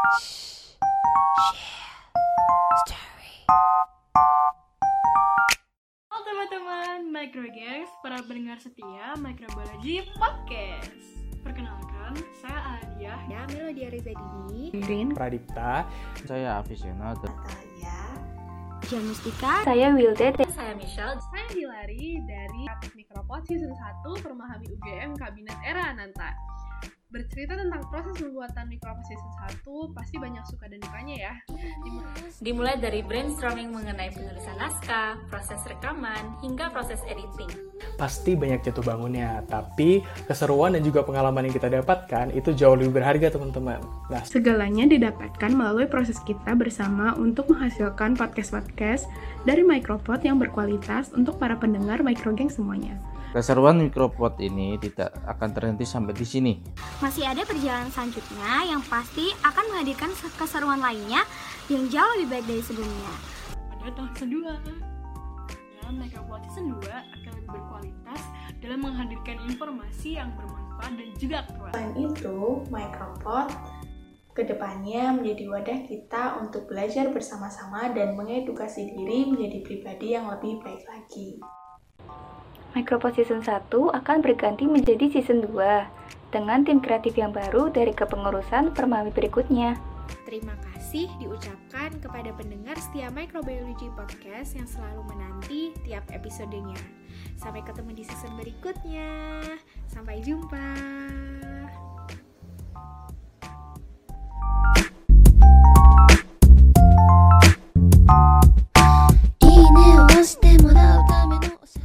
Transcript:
Halo teman-teman Microgengs, para pendengar setia Microbiology Podcast. Perkenalkan, saya Adia, Ya, Melodia Reza Dini, Rin, Pradipta, Saya Avicenna. Jamustika, Saya Wilde. saya Michelle. Saya Hilary dari Mikropod Season 1 Permahami UGM Kabinet Era Ananta. Bercerita tentang proses pembuatan Mikropod Season 1 pasti banyak suka dan dukanya ya. Dimulai dari brainstorming mengenai penulisan naskah, proses rekaman, hingga proses editing. pasti banyak jatuh bangunnya, tapi keseruan dan juga pengalaman yang kita dapatkan itu jauh lebih berharga teman-teman. Nah, Segalanya didapatkan melalui proses kita bersama untuk menghasilkan podcast-podcast dari Micropod yang berkualitas untuk para pendengar Microgeng semuanya. Keseruan Mikropod ini tidak akan terhenti sampai di sini. masih ada perjalanan selanjutnya yang pasti akan menghadirkan keseruan lainnya yang jauh lebih baik dari sebelumnya. Pada tahun kedua, dan Micropod Season 2 akan lebih berkualitas dalam menghadirkan informasi yang bermanfaat dan juga aktual. Selain itu, Micropod kedepannya menjadi wadah kita untuk belajar bersama-sama dan mengedukasi diri menjadi pribadi yang lebih baik lagi. Micropod Season 1 akan berganti menjadi Season 2 dengan tim kreatif yang baru dari kepengurusan Permami berikutnya. Terima kasih diucapkan kepada pendengar setia Microbiology Podcast yang selalu menanti tiap episodenya. Sampai ketemu di season berikutnya. Sampai jumpa.